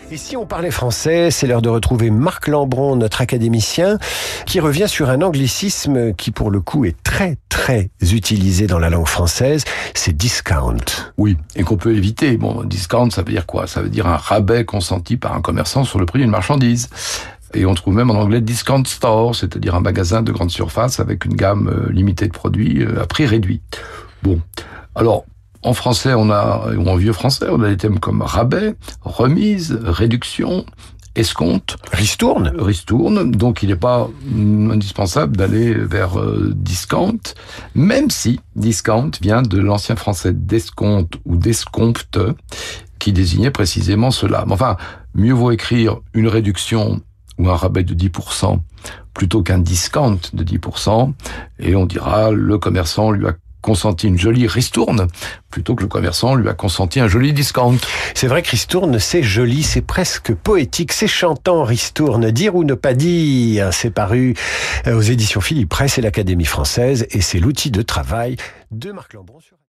Et si on parlait français, c'est l'heure de retrouver Marc Lambron, notre académicien, qui revient sur un anglicisme qui, pour le coup, est très, très utilisé dans la langue française. C'est discount. Oui, et qu'on peut éviter. Bon, discount, ça veut dire quoi? Ça veut dire un rabais consenti par un commerçant sur le prix d'une marchandise. Et on trouve même en anglais discount store, c'est-à-dire un magasin de grande surface avec une gamme limitée de produits à prix réduit. Bon, alors, en français, ou en vieux français, on a des thèmes comme rabais, remise, réduction, escompte. Ristourne. Donc, il n'est pas indispensable d'aller vers discount, même si discount vient de l'ancien français d'escompte ou d'escompte, qui désignait précisément cela. Mais enfin, mieux vaut écrire une réduction ou un rabais de 10% plutôt qu'un discount de 10%, et on dira le commerçant lui a consenti une jolie ristourne, plutôt que le commerçant lui a consenti un joli discount. C'est vrai que ristourne, c'est joli, c'est presque poétique, c'est chantant ristourne, dire ou ne pas dire. C'est paru aux éditions Philippe Press et l'Académie française, et c'est l'outil de travail de Marc Lambron sur